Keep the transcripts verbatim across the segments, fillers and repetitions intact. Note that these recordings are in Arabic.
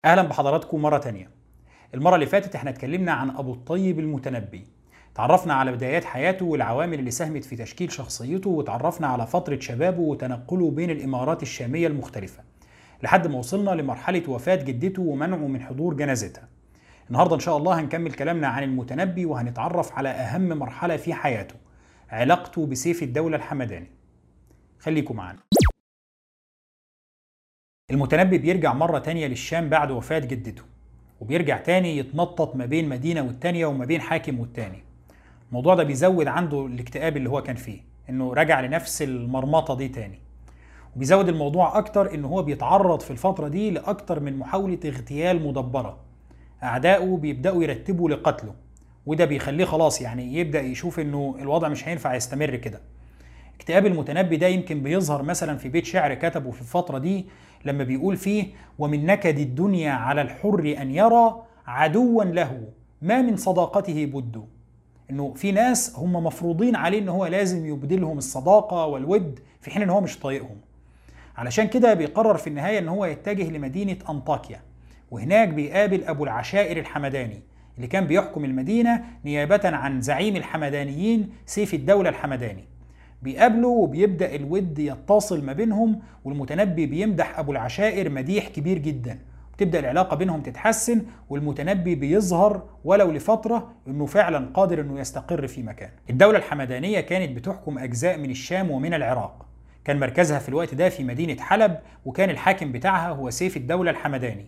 اهلا بحضراتكم مره تانية. المره اللي فاتت احنا اتكلمنا عن ابو الطيب المتنبي. تعرفنا على بدايات حياته والعوامل اللي ساهمت في تشكيل شخصيته، وتعرفنا على فتره شبابه وتنقله بين الامارات الشاميه المختلفه لحد ما وصلنا لمرحله وفاه جدته ومنعه من حضور جنازتها. النهارده ان شاء الله هنكمل كلامنا عن المتنبي وهنتعرف على اهم مرحله في حياته، علاقته بسيف الدوله الحمداني. خليكم معانا. المتنبي بيرجع مرة تانية للشام بعد وفاة جدته، وبيرجع تاني يتنطط ما بين مدينة والتانية وما بين حاكم والتاني. الموضوع ده بيزود عنده الاكتئاب اللي هو كان فيه، انه رجع لنفس المرمطة دي تاني. وبيزود الموضوع اكتر ان هو بيتعرض في الفترة دي لاكتر من محاولة اغتيال مدبرة. اعدائه بيبدأوا يرتبوا لقتله، وده بيخليه خلاص يعني يبدأ يشوف انه الوضع مش هينفع يستمر كده. اكتئاب المتنبي ده يمكن بيظهر مثلا في بيت شعر كتبه في الفترة دي، لما بيقول فيه: ومن نكد الدنيا على الحر أن يرى عدوا له ما من صداقته بد. انه في ناس هم مفروضين عليه ان هو لازم يبدلهم الصداقة والود في حين ان هو مش طايقهم. علشان كده بيقرر في النهاية ان هو يتجه لمدينة أنطاكيا، وهناك بيقابل أبو العشائر الحمداني اللي كان بيحكم المدينة نيابة عن زعيم الحمدانيين سيف الدولة الحمداني. بيقابله وبيبدأ الود يتصل ما بينهم، والمتنبي بيمدح أبو العشائر مديح كبير جدا. بتبدأ العلاقة بينهم تتحسن، والمتنبي بيظهر ولو لفترة انه فعلا قادر انه يستقر في مكان. الدولة الحمدانية كانت بتحكم أجزاء من الشام ومن العراق. كان مركزها في الوقت ده في مدينة حلب، وكان الحاكم بتاعها هو سيف الدولة الحمداني.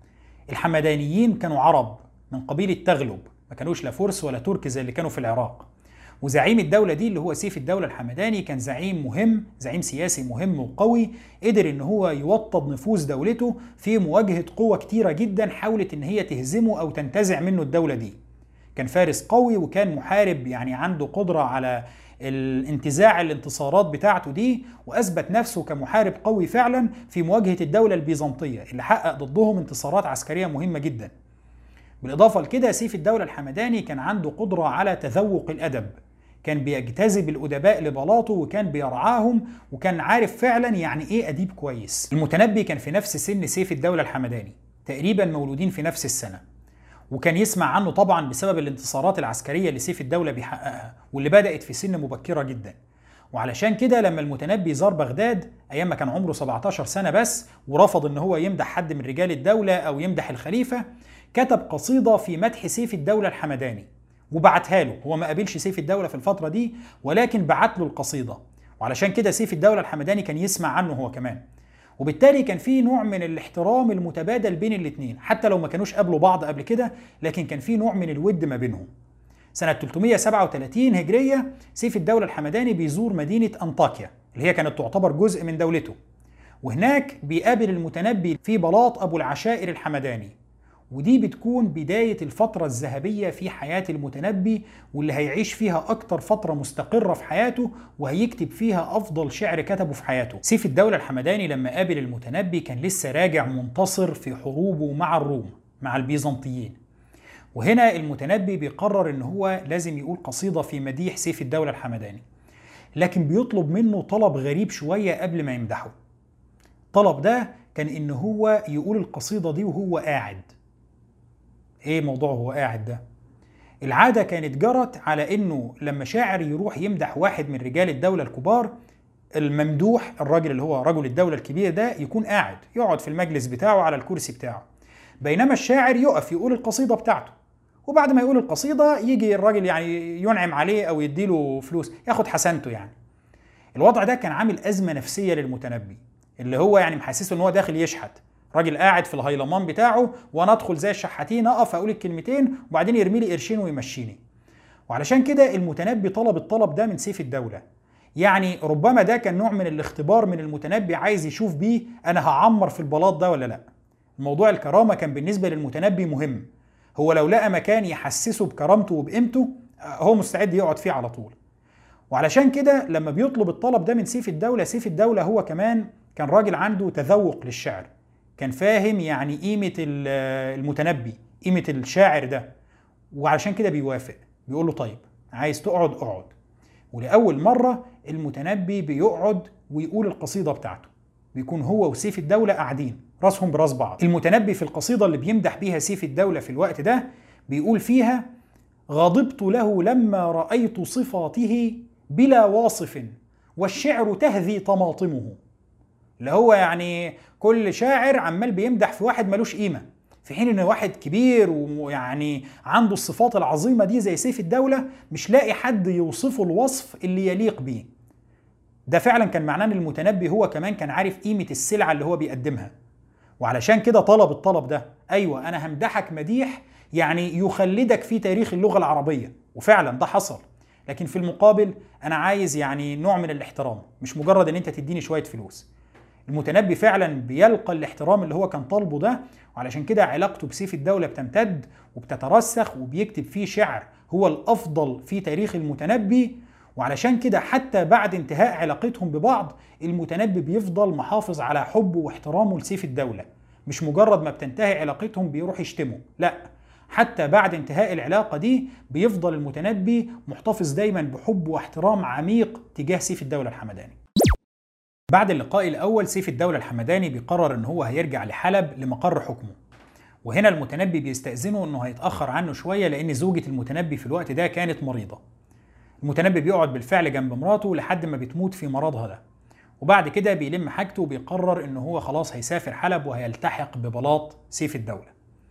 الحمدانيين كانوا عرب من قبيلة تغلب، ما كانوش لا فرس ولا ترك زي اللي كانوا في العراق. وزعيم الدولة دي اللي هو سيف الدولة الحمداني كان زعيم مهم، زعيم سياسي مهم وقوي، قدر ان هو يوطد نفوذ دولته في مواجهة قوة كتيرة جدا حاولت ان هي تهزمه او تنتزع منه الدولة دي. كان فارس قوي وكان محارب، يعني عنده قدرة على الانتزاع الانتصارات بتاعته دي، واثبت نفسه كمحارب قوي فعلا في مواجهة الدولة البيزنطية اللي حقق ضدهم انتصارات عسكرية مهمة جدا. بالإضافة لكده سيف الدولة الحمداني كان عنده قدرة على تذوق الأدب، كان بيجتذب الأدباء لبلاطه وكان بيرعاهم، وكان عارف فعلا يعني إيه أديب كويس. المتنبي كان في نفس سن سيف الدولة الحمداني، تقريبا مولودين في نفس السنة، وكان يسمع عنه طبعا بسبب الانتصارات العسكرية اللي سيف الدولة بيحققها واللي بدأت في سن مبكرة جدا. وعلشان كده لما المتنبي زار بغداد ايام ما كان عمره سبعتاشر سنة بس، ورفض ان هو يمدح حد من رجال الدولة او يمدح الخليفة، كتب قصيدة في مدح سيف الدولة الحمداني وبعتها له. هو ما قابلش سيف الدولة في الفترة دي، ولكن بعت له القصيدة، وعلشان كده سيف الدولة الحمداني كان يسمع عنه هو كمان. وبالتالي كان في نوع من الاحترام المتبادل بين الاثنين، حتى لو ما كانوش قابلوا بعض قبل كده، لكن كان في نوع من الود ما بينهم. سنة ثلاثمائة وسبعة وثلاثين هجرية سيف الدولة الحمداني بيزور مدينة أنطاكيا اللي هي كانت تعتبر جزء من دولته، وهناك بيقابل المتنبي في بلاط أبو العشائر الحمداني. ودي بتكون بداية الفترة الذهبية في حياة المتنبي، واللي هيعيش فيها أكتر فترة مستقرة في حياته، وهيكتب فيها أفضل شعر كتبه في حياته. سيف الدولة الحمداني لما قابل المتنبي كان لسه راجع منتصر في حروبه مع الروم، مع البيزنطيين. وهنا المتنبي بيقرر ان هو لازم يقول قصيدة في مديح سيف الدولة الحمداني، لكن بيطلب منه طلب غريب شوية قبل ما يمدحه. الطلب ده كان ان هو يقول القصيدة دي وهو قاعد. ايه موضوع هو قاعد ده؟ العادة كانت جرت على انه لما شاعر يروح يمدح واحد من رجال الدولة الكبار، الممدوح الراجل اللي هو رجل الدولة الكبير ده يكون قاعد، يقعد في المجلس بتاعه على الكرسي بتاعه، بينما الشاعر يقف يقول القصيدة بتاعته. وبعد ما يقول القصيدة يجي الراجل يعني ينعم عليه أو يديله فلوس، ياخد حسنته يعني. الوضع ده كان عامل أزمة نفسية للمتنبي، اللي هو يعني محسسه إن هو داخل يشحت، راجل قاعد في الهيلمان بتاعه وأنا أدخل زي الشحاتين أقف أقول الكلمتين وبعدين يرمي لي قرشين ويمشيني. وعلشان كده المتنبي طلب الطلب ده من سيف الدولة. يعني ربما ده كان نوع من الاختبار من المتنبي، عايز يشوف بيه أنا هعمر في البلاط ده ولا لأ. موضوع الكرامة كان بالنسبة للمتنبي مهم، هو لو لقى مكان يحسسه بكرامته وبقيمته هو مستعد يقعد فيه على طول. وعلشان كده لما بيطلب الطلب ده من سيف الدولة، سيف الدولة هو كمان كان راجل عنده تذوق للشعر، كان فاهم يعني قيمة المتنبي، قيمة الشاعر ده، وعلشان كده بيوافق، بيقول له طيب عايز تقعد اقعد. ولأول مرة المتنبي بيقعد ويقول القصيدة بتاعته، بيكون هو وسيف الدولة قاعدين، راسهم براس بعض. المتنبي في القصيدة اللي بيمدح بيها سيف الدولة في الوقت ده بيقول فيها: غضبت له لما رأيت صفاته بلا واصف والشعر تهذي طماطمه. اللي هو يعني كل شاعر عمال بيمدح في واحد ملوش قيمة، في حين ان واحد كبير ويعني عنده الصفات العظيمة دي زي سيف الدولة مش لاقي حد يوصفه الوصف اللي يليق بيه. ده فعلا كان معناه ان المتنبي هو كمان كان عارف قيمة السلعة اللي هو بيقدمها، وعلشان كده طلب الطلب ده. ايوه انا همدحك مديح يعني يخلدك في تاريخ اللغة العربية، وفعلا ده حصل، لكن في المقابل انا عايز يعني نوع من الاحترام، مش مجرد ان انت تديني شوية فلوس. المتنبي فعلا بيلقى الاحترام اللي هو كان طالبه ده، وعلشان كده علاقته بسيف الدولة بتمتد وبتترسخ، وبيكتب فيه شعر هو الأفضل في تاريخ المتنبي. وعلشان كده حتى بعد انتهاء علاقتهم ببعض المتنبي بيفضل محافظ على حبه واحترامه لسيف الدولة، مش مجرد ما بتنتهي علاقتهم بيروح يشتمه، لا، حتى بعد انتهاء العلاقة دي بيفضل المتنبي محتفظ دايما بحب واحترام عميق تجاه سيف الدولة الحمداني. بعد اللقاء الأول سيف الدولة الحمداني بيقرر إن هو هيرجع لحلب لمقر حكمه، وهنا المتنبي بيستأذنه إنه هيتأخر عنه شوية لأن زوجة المتنبي في الوقت ده كانت مريضة. المتنبي بيقعد بالفعل جنب مراته لحد ما بتموت في مرضها ده، وبعد كده بيلم حاجته وبيقرر إنه هو خلاص هيسافر حلب وهيلتحق ببلاط سيف الدولة.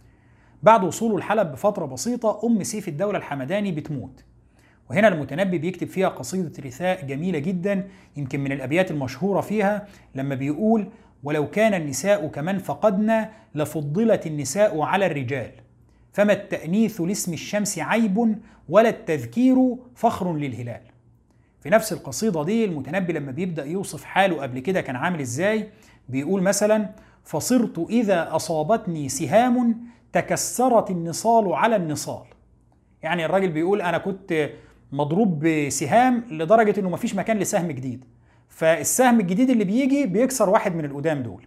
بعد وصوله لحلب بفترة بسيطة أم سيف الدولة الحمداني بتموت، وهنا المتنبي بيكتب فيها قصيدة رثاء جميلة جدا، يمكن من الأبيات المشهورة فيها لما بيقول: ولو كان النساء كمن فقدنا لفضلت النساء على الرجال، فما التأنيث لاسم الشمس عيب ولا التذكير فخر للهلال. في نفس القصيدة دي المتنبي لما بيبدأ يوصف حاله قبل كده كان عامل ازاي بيقول مثلا: فصرت إذا أصابتني سهام تكسرت النصال على النصال. يعني الراجل بيقول أنا كنت مضروب بسهام لدرجة انه مفيش مكان لسهم جديد، فالسهم الجديد اللي بيجي بيكسر واحد من القدام دول.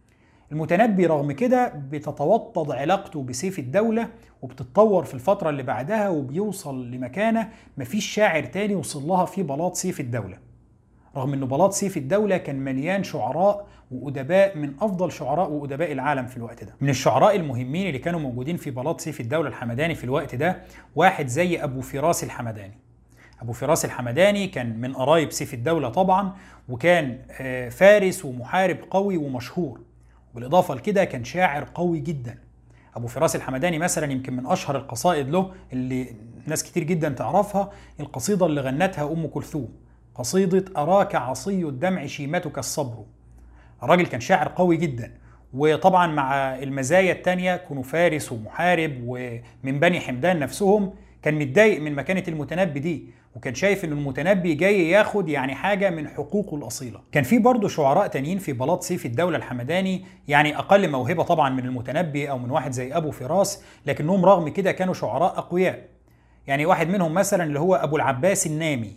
المتنبي رغم كده بتتوطد علاقته بسيف الدولة وبتتطور في الفترة اللي بعدها، وبيوصل لمكانة مفيش شاعر تاني وصل لها في بلاط سيف الدولة، رغم انه بلاط سيف الدولة كان مليان شعراء وأدباء من أفضل شعراء وأدباء العالم في الوقت ده. من الشعراء المهمين اللي كانوا موجودين في بلاط سيف الدولة الحمداني في الوقت ده واحد زي أبو فراس الحمداني. أبو فراس الحمداني كان من قرايب سيف الدولة طبعا، وكان فارس ومحارب قوي ومشهور، بالإضافة لكده كان شاعر قوي جدا. أبو فراس الحمداني مثلا يمكن من أشهر القصائد له اللي ناس كتير جدا تعرفها القصيدة اللي غنتها أم كلثوم، قصيدة أراك عصي الدمع شيمتك الصبر. الراجل كان شاعر قوي جدا، وطبعا مع المزايا التانية كونه فارس ومحارب ومن بني حمدان نفسهم، كان متضايق من مكانة المتنبي دي، وكان شايف ان المتنبي جاي ياخد يعني حاجة من حقوقه الأصيلة. كان في برضه شعراء تانيين في بلاط سيف الدولة الحمداني يعني أقل موهبة طبعا من المتنبي أو من واحد زي أبو فراس، لكنهم رغم كده كانوا شعراء أقوياء. يعني واحد منهم مثلا اللي هو أبو العباس النامي.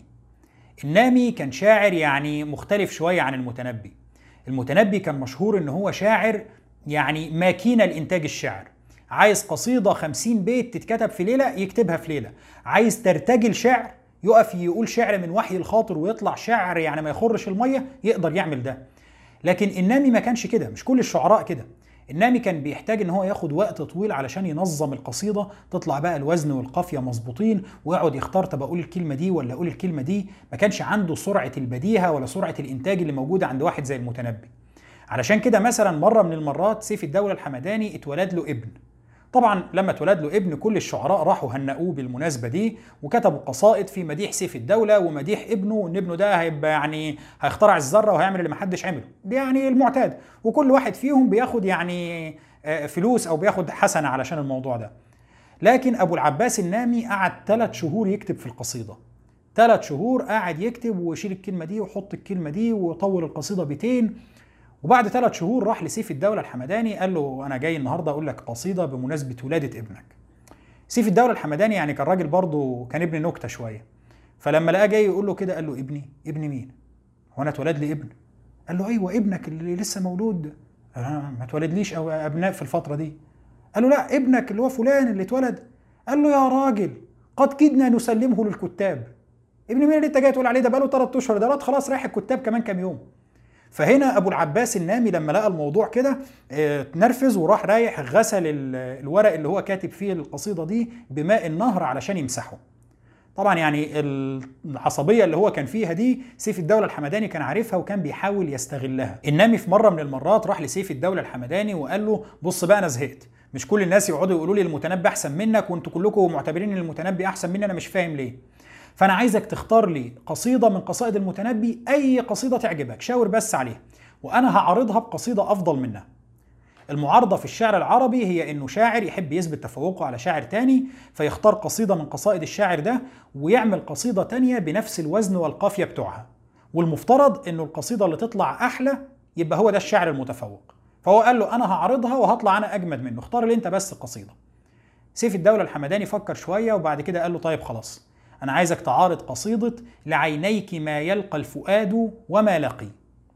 النامي كان شاعر يعني مختلف شوية عن المتنبي. المتنبي كان مشهور ان هو شاعر يعني ماكينة لإنتاج الشعر، عايز قصيدة خمسين بيت تتكتب في ليلة يكتبها في ليلة، عايز ترتجل شعر يقف يقول شعر من وحي الخاطر ويطلع شعر يعني ما يخرش المية يقدر يعمل ده. لكن النامي ما كانش كده، مش كل الشعراء كده. النامي كان بيحتاج ان هو ياخد وقت طويل علشان ينظم القصيدة، تطلع بقى الوزن والقافية مظبوطين، ويقعد يختار طب اقول الكلمة دي ولا اقول الكلمة دي. ما كانش عنده سرعة البديهة ولا سرعة الانتاج اللي موجودة عند واحد زي المتنبي. علشان كده مثلا مرة من المرات سيف الدولة الحمداني اتولد له ابن. طبعا لما اتولد له ابن كل الشعراء راحوا هنأوه بالمناسبة دي، وكتبوا قصائد في مديح سيف الدولة ومديح ابنه، وان ابنه ده هيبقى يعني هيخترع الذرة وهيعمل اللي محدش عمله، دي يعني المعتاد، وكل واحد فيهم بياخد يعني فلوس او بياخد حسنة علشان الموضوع ده. لكن ابو العباس النامي قعد ثلاث شهور يكتب في القصيدة، ثلاث شهور قاعد يكتب ويشيل الكلمة دي ويحط الكلمة دي ويطول القصيدة بيتين. وبعد ثلاث شهور راح لسيف الدولة الحمداني قال له أنا جاي النهاردة أقول لك قصيدة بمناسبة ولادة ابنك. سيف الدولة الحمداني يعني كان راجل برضه كان ابن نكتة شوية، فلما لقاه جاي يقول له كده قال له ابني؟ ابن مين؟ هو أنا اتولد لي ابن؟ قال له أيوه ابنك اللي لسه مولود. أنا ما اتولدليش أو أبناء في الفترة دي. قال له لا ابنك اللي هو فلان اللي اتولد. قال له يا راجل قد كدنا نسلمه للكتاب. ابن مين اللي أنت جاي تقول عليه؟ ده بقاله ثلاث أشهر، ده خلاص رايح الكتاب كمان كام يوم. فهنا ابو العباس النامي لما لقى الموضوع كده اتنرفز وراح رايح غسل الورق اللي هو كاتب فيه القصيدة دي بماء النهر علشان يمسحه. طبعا يعني العصبية اللي هو كان فيها دي سيف الدولة الحمداني كان عارفها وكان بيحاول يستغلها. النامي في مرة من المرات راح لسيف الدولة الحمداني وقال له بص بقى انا زهقت، مش كل الناس يقعدوا يقولوا لي المتنبي احسن منك وانتوا كلكم معتبرين ان المتنبي احسن مني، انا مش فاهم ليه. فانا عايزك تختار لي قصيدة من قصائد المتنبي، اي قصيدة تعجبك شاور بس عليها وانا هعرضها بقصيدة افضل منها. المعارضة في الشعر العربي هي انه شاعر يحب يثبت تفوقه على شاعر تاني فيختار قصيدة من قصائد الشاعر ده ويعمل قصيدة تانية بنفس الوزن والقافية بتوعها، والمفترض انه القصيدة اللي تطلع احلى يبقى هو ده الشاعر المتفوق. فهو قال له انا هعرضها وهطلع انا اجمد منه، اختار لي انت بس القصيدة. سيف الدولة الحمداني فكر شوية وبعد كده قال له طيب خلاص، انا عايزك تعارض قصيدة لعينيك ما يلقى الفؤاد وما لقي.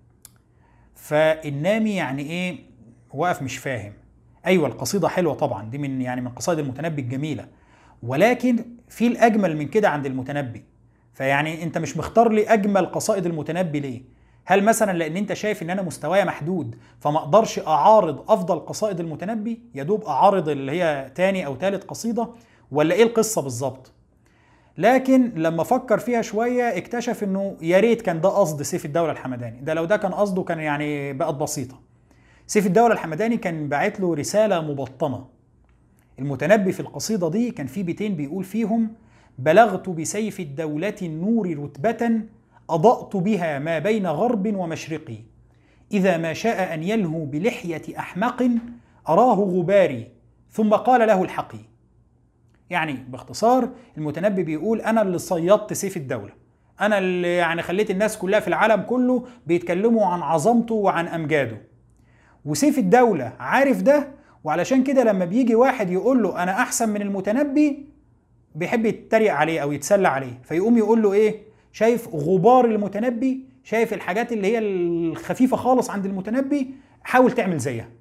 فالنامي يعني ايه واقف مش فاهم. ايوه القصيده حلوه طبعا، دي من يعني من قصائد المتنبي الجميله، ولكن في الاجمل من كده عند المتنبي. فيعني انت مش مختار لي اجمل قصائد المتنبي ليه؟ هل مثلا لان انت شايف ان انا مستواي محدود فما اقدرش اعارض افضل قصائد المتنبي، يا دوب اعارض اللي هي تاني او تالت قصيده، ولا ايه القصه بالظبط؟ لكن لما فكر فيها شويه اكتشف انه يا ريت كان ده قصد سيف الدوله الحمداني، ده لو ده كان قصده كان يعني بقت بسيطه. سيف الدولة الحمداني كان باعت له رسالة مبطنة. المتنبي في القصيدة دي كان في بيتين بيقول فيهم: بلغت بسيف الدولة النور رتبة أضأت بها ما بين غرب ومشرق، إذا ما شاء أن يلهو بلحية أحمق أراه غباري ثم قال له الحقي. يعني باختصار المتنبي بيقول أنا اللي صيدت سيف الدولة، أنا اللي يعني خليت الناس كلها في العالم كله بيتكلموا عن عظمته وعن أمجاده. وسيف الدولة عارف ده، وعلشان كده لما بيجي واحد يقول له أنا أحسن من المتنبي بيحب يتريق عليه أو يتسلى عليه، فيقوم يقول له إيه؟ شايف غبار المتنبي، شايف الحاجات اللي هي الخفيفة خالص عند المتنبي، حاول تعمل زيها.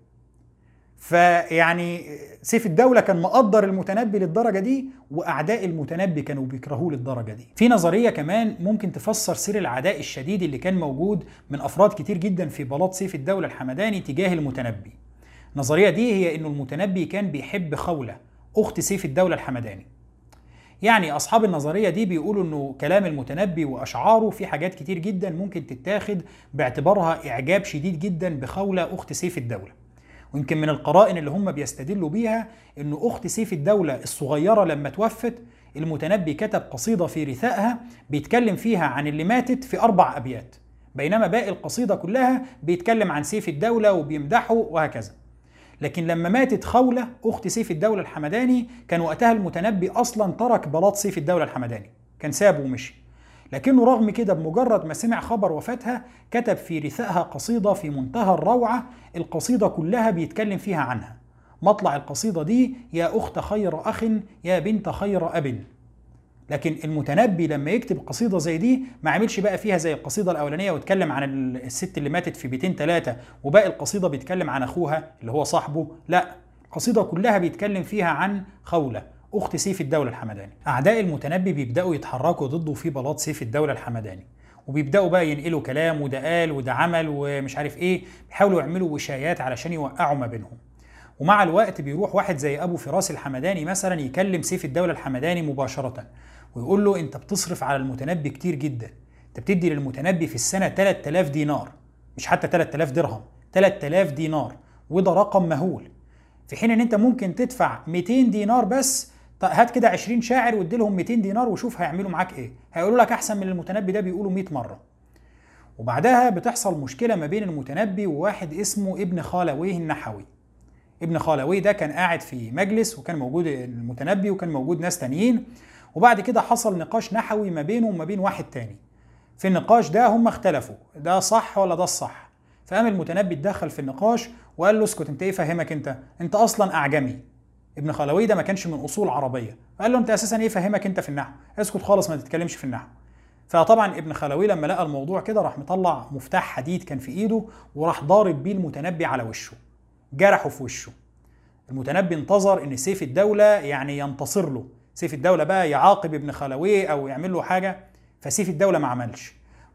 فيعني سيف الدولة كان مقدر المتنبي للدرجة دي، وأعداء المتنبي كانوا بيكرهوه للدرجة دي. في نظرية كمان ممكن تفسر سر العداء الشديد اللي كان موجود من أفراد كتير جدا في بلاط سيف الدولة الحمداني تجاه المتنبي. النظرية دي هي إنه المتنبي كان بيحب خولة أخت سيف الدولة الحمداني. يعني أصحاب النظرية دي بيقولوا إنه كلام المتنبي وأشعاره في حاجات كتير جدا ممكن تتاخد باعتبارها إعجاب شديد جدا بخولة أخت سيف الدولة. ويمكن من القرائن اللي هم بيستدلوا بيها إن أخت سيف الدولة الصغيرة لما توفت المتنبي كتب قصيدة في رثائها بيتكلم فيها عن اللي ماتت في أربع أبيات، بينما باقي القصيدة كلها بيتكلم عن سيف الدولة وبيمدحه وهكذا. لكن لما ماتت خولة أخت سيف الدولة الحمداني كان وقتها المتنبي أصلا ترك بلاط سيف الدولة الحمداني، كان سابه ومشي. لكنه رغم كده بمجرد ما سمع خبر وفاتها كتب في رثائها قصيدة في منتهى الروعة، القصيدة كلها بيتكلم فيها عنها. مطلع القصيدة دي: يا أخت خير أخ يا بنت خير أب. لكن المتنبي لما يكتب قصيدة زي دي ما عملش بقى فيها زي القصيدة الأولانية ويتكلم عن الست اللي ماتت في بيتين ثلاثة وباقي القصيدة بيتكلم عن أخوها اللي هو صاحبه، لا، القصيدة كلها بيتكلم فيها عن خولة أخت سيف الدولة الحمداني. أعداء المتنبي بيبدأوا يتحركوا ضده في بلاط سيف الدولة الحمداني، وبيبدأوا بقى ينقلوا كلام وده قال وده عمل ومش عارف إيه، بيحاولوا يعملوا وشايات علشان يوقعوا ما بينهم. ومع الوقت بيروح واحد زي أبو فراس الحمداني مثلا يكلم سيف الدولة الحمداني مباشرة ويقول له: أنت بتصرف على المتنبي كتير جدا، أنت بتدي للمتنبي في السنة ثلاثة آلاف دينار، مش حتى ثلاثة آلاف درهم، ثلاثة آلاف دينار، وده رقم مهول، في حين ان انت ممكن تدفع مئتين دينار بس. هات كده عشرين شاعر وادي لهم مئتين دينار وشوف هيعملوا معاك ايه، هيقولوا لك احسن من المتنبي ده بيقولوا مئة مرة. وبعدها بتحصل مشكلة ما بين المتنبي وواحد اسمه ابن خالويه النحوي. ابن خالويه ده كان قاعد في مجلس وكان موجود المتنبي وكان موجود ناس تانيين، وبعد كده حصل نقاش نحوي ما بينه وما بين واحد تاني. في النقاش ده هم اختلفوا ده صح ولا ده الصح، فقام المتنبي اتدخل في النقاش وقال له: اسكت، انت ايه فهمك، انت انت اصلا اعجمي. ابن خالويه ده ما كانش من اصول عربيه، فقال له: انت اساسا ايه فهمك انت في النحو، اسكت خالص ما تتكلمش في النحو. فطبعا ابن خالويه لما لقى الموضوع كده راح مطلع مفتاح حديد كان في ايده وراح ضارب بيه المتنبي على وشه، جرحه في وشه. المتنبي انتظر ان سيف الدوله يعني ينتصر له، سيف الدوله بقى يعاقب ابن خالويه او يعمل له حاجه، فسيف الدوله ما عملش،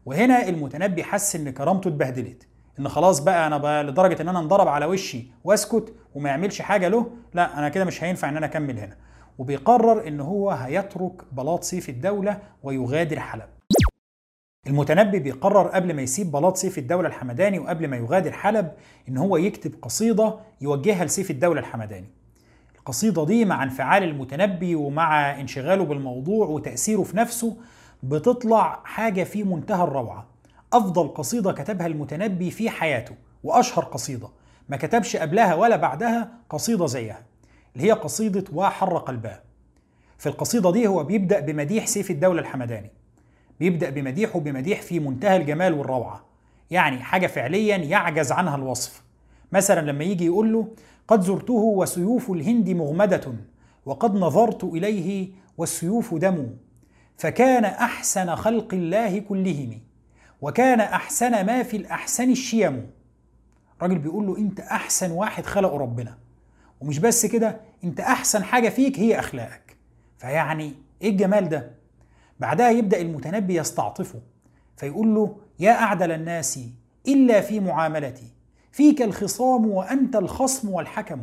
وهنا المتنبي حس ان كرامته اتبهدلت، ان خلاص بقى انا بقى لدرجه ان انا انضرب على وشي واسكت وما يعملش حاجه له، لا انا كده مش هينفع ان انا اكمل هنا. وبيقرر ان هو هيترك بلاط سيف الدوله ويغادر حلب. المتنبي بيقرر قبل ما يسيب بلاط سيف الدوله الحمداني وقبل ما يغادر حلب ان هو يكتب قصيده يوجهها لسيف الدوله الحمداني. القصيده دي مع انفعال المتنبي ومع انشغاله بالموضوع وتاثيره في نفسه بتطلع حاجه في منتهى الروعه. افضل قصيده كتبها المتنبي في حياته واشهر قصيده، ما كتبش قبلها ولا بعدها قصيده زيها، اللي هي قصيده وحر قلباه. في القصيده دي هو بيبدا بمديح سيف الدوله الحمداني، بيبدا بمديحه بمديح في منتهى الجمال والروعه، يعني حاجه فعليا يعجز عنها الوصف. مثلا لما يجي يقول له: قد زرته وسيوف الهند مغمده، وقد نظرت اليه والسيوف دم، فكان احسن خلق الله كلهم، وكان احسن ما في الاحسن الشيم. الراجل بيقول له: انت احسن واحد خلقه ربنا، ومش بس كده، انت احسن حاجه فيك هي اخلاقك. فيعني ايه الجمال ده؟ بعدها يبدا المتنبي يستعطفه فيقول له: يا اعدل الناس الا في معاملتي، فيك الخصام وانت الخصم والحكم.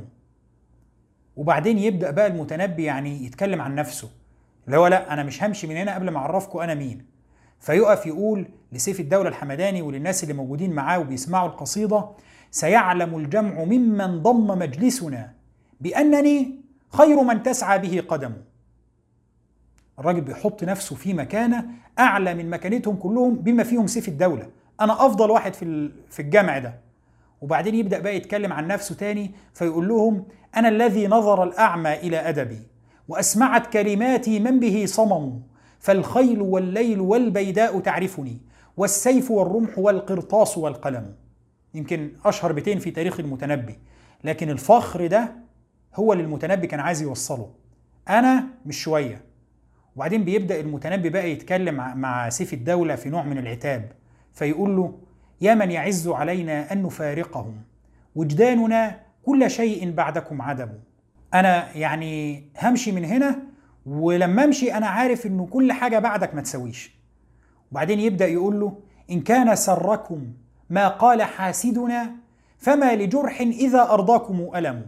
وبعدين يبدا بقى المتنبي يعني يتكلم عن نفسه، اللي هو لا انا مش همشي من هنا قبل ما اعرفكم انا مين. فيقف يقول لسيف الدوله الحمداني وللناس اللي موجودين معاه وبيسمعوا القصيده: سيعلم الجمع ممن ضم مجلسنا بانني خير من تسعى به قدمه. الراجل بيحط نفسه في مكانه اعلى من مكانتهم كلهم بما فيهم سيف الدوله، انا افضل واحد في في الجمع ده. وبعدين يبدا بقى يتكلم عن نفسه تاني فيقول لهم: انا الذي نظر الاعمى الى ادبي، واسمعت كلماتي من به صمم، فالخيل والليل والبيداء تعرفني، والسيف والرمح والقرطاس والقلم. يمكن اشهر بيتين في تاريخ المتنبي، لكن الفخر ده هو اللي المتنبي كان عايز يوصله، انا مش شويه. وبعدين بيبدا المتنبي بقى يتكلم مع سيف الدوله في نوع من العتاب، فيقول له: يا من يعز علينا ان نفارقهم، وجداننا كل شيء بعدكم عدم. انا يعني همشي من هنا، ولما امشي انا عارف انه كل حاجه بعدك ما تسويش. وبعدين يبدا يقول له: ان كان سركم ما قال حاسدنا، فما لجرح اذا ارضاكم الم.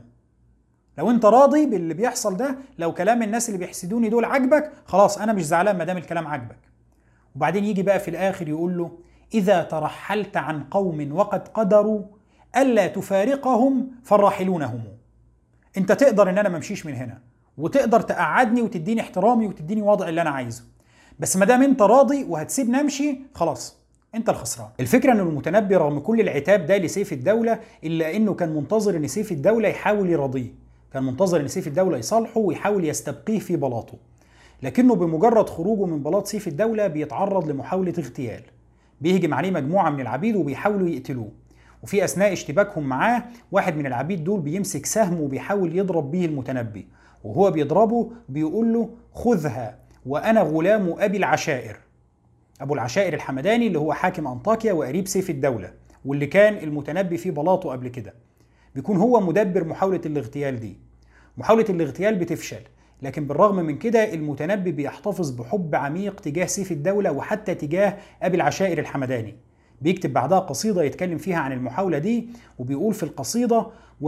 لو انت راضي باللي بيحصل ده، لو كلام الناس اللي بيحسدوني دول عجبك، خلاص انا مش زعلان ما دام الكلام عجبك. وبعدين يجي بقى في الاخر يقول له: اذا ترحلت عن قوم وقد قدروا الا تفارقهم فالراحلون هم. انت تقدر ان انا ما امشيش من هنا، وتقدر تقعدني وتديني احترامي وتديني وضع اللي انا عايزه، بس ما دام انت راضي وهتسيبني امشي، خلاص انت الخسران. الفكره ان المتنبي رغم كل العتاب ده لسيف الدوله، الا انه كان منتظر ان سيف الدوله يحاول يراضيه، كان منتظر ان سيف الدوله يصالحه ويحاول يستبقيه في بلاطه. لكنه بمجرد خروجه من بلاط سيف الدوله بيتعرض لمحاوله اغتيال، بيهجم عليه مجموعه من العبيد وبيحاولوا يقتلوه. وفي اثناء اشتباكهم معاه واحد من العبيد دول بيمسك سهم وبيحاول يضرب به المتنبي، وهو بيضربه بيقول له: خذها وانا غلام ابي العشائر. ابو العشائر الحمداني اللي هو حاكم انطاكيا وقريب سيف الدوله، واللي كان المتنبي في بلاطه قبل كده، بيكون هو مدبر محاوله الاغتيال دي. محاوله الاغتيال بتفشل، لكن بالرغم من كده المتنبي بيحتفظ بحب عميق تجاه سيف الدوله وحتى تجاه ابي العشائر الحمداني. بيكتب بعدها قصيدة يتكلم فيها عن المحاولة دي، وبيقول في القصيدة: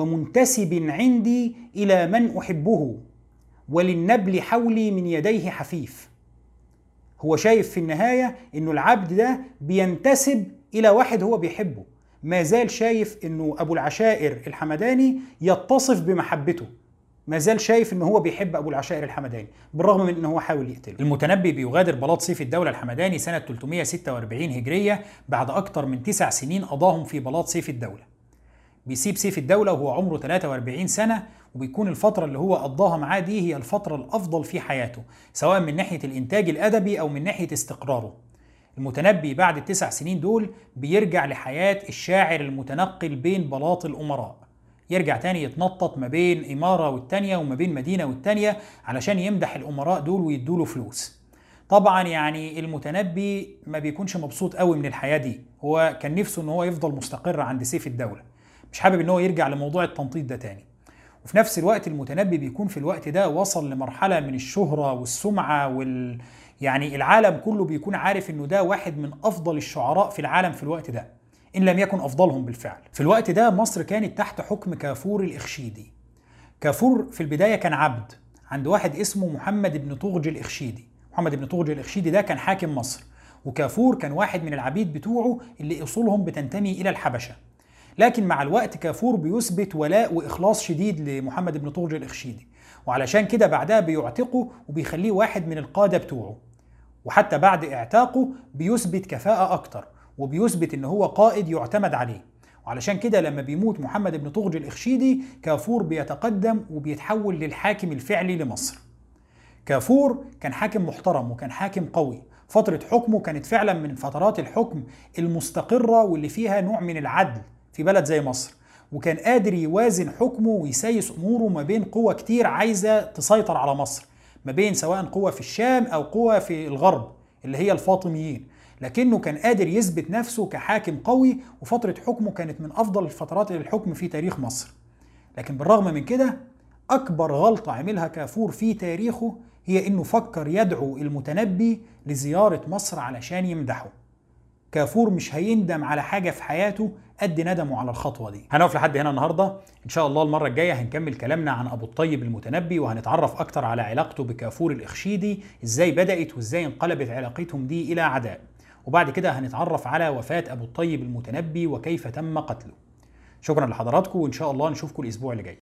ومنتسب عندي إلى من أحبه، وللنبل حولي من يديه حفيف. هو شايف في النهاية إنه العبد ده بينتسب إلى واحد هو بيحبه، ما زال شايف إنه أبو العشائر الحمداني يتصف بمحبته، ما زال شايف إنه هو بيحب أبو العشائر الحمداني بالرغم من إنه هو حاول يقتله. المتنبي بيغادر بلاط سيف الدولة الحمداني سنة ثلاثمائة وستة وأربعين هجرية بعد أكثر من تسع سنين قضاهم في بلاط سيف الدولة. بيسيب سيف الدولة وهو عمره ثلاثة وأربعين سنة، وبيكون الفترة اللي هو قضاها معاه دي هي الفترة الأفضل في حياته، سواء من ناحية الإنتاج الأدبي أو من ناحية استقراره. المتنبي بعد التسع سنين دول بيرجع لحياة الشاعر المتنقل بين بلاط الأمراء، يرجع تاني يتنطط ما بين إمارة والتانية وما بين مدينة والتانية علشان يمدح الأمراء دول ويدوله فلوس. طبعا يعني المتنبي ما بيكونش مبسوط قوي من الحياة دي، هو كان نفسه ان هو يفضل مستقر عند سيف الدولة، مش حابب ان هو يرجع لموضوع التنطيط ده تاني. وفي نفس الوقت المتنبي بيكون في الوقت ده وصل لمرحلة من الشهرة والسمعة وال يعني العالم كله بيكون عارف انه ده واحد من افضل الشعراء في العالم في الوقت ده، ان لم يكن افضلهم بالفعل. في الوقت ده مصر كانت تحت حكم كافور الإخشيدي. كافور في البداية كان عبد عند واحد اسمه محمد بن طغج الإخشيدي. محمد بن طغج الإخشيدي ده كان حاكم مصر، وكافور كان واحد من العبيد بتوعه اللي أصولهم بتنتمي إلى الحبشة. لكن مع الوقت كافور بيثبت ولاء وإخلاص شديد لمحمد بن طغج الإخشيدي، وعلشان كده بعدها بيعتقه وبيخليه واحد من القادة بتوعه. وحتى بعد اعتاقه بيثبت كفاءة أكتر، وبيثبت إن هو قائد يعتمد عليه. وعلشان كده لما بيموت محمد بن طغج الإخشيدي، كافور بيتقدم وبيتحول للحاكم الفعلي لمصر. كافور كان حاكم محترم وكان حاكم قوي. فترة حكمه كانت فعلا من فترات الحكم المستقرة واللي فيها نوع من العدل في بلد زي مصر، وكان قادر يوازن حكمه ويسايس أموره ما بين قوى كتير عايزة تسيطر على مصر، ما بين سواء قوة في الشام أو قوة في الغرب اللي هي الفاطميين. لكنه كان قادر يثبت نفسه كحاكم قوي، وفترة حكمه كانت من أفضل الفترات للحكم في تاريخ مصر. لكن بالرغم من كده، أكبر غلطة عملها كافور في تاريخه هي إنه فكر يدعو المتنبي لزيارة مصر علشان يمدحه. كافور مش هيندم على حاجة في حياته قد ندمه على الخطوة دي. هنقف لحد هنا النهاردة. إن شاء الله المرة الجاية هنكمل كلامنا عن أبو الطيب المتنبي، وهنتعرف أكتر على علاقته بكافور الإخشيدي، إزاي بدأت وإزاي انقلبت علاقتهم دي إلى عداء. وبعد كده هنتعرف على وفاة أبو الطيب المتنبي وكيف تم قتله. شكرا لحضراتكم، وإن شاء الله نشوفكم الأسبوع اللي جاي.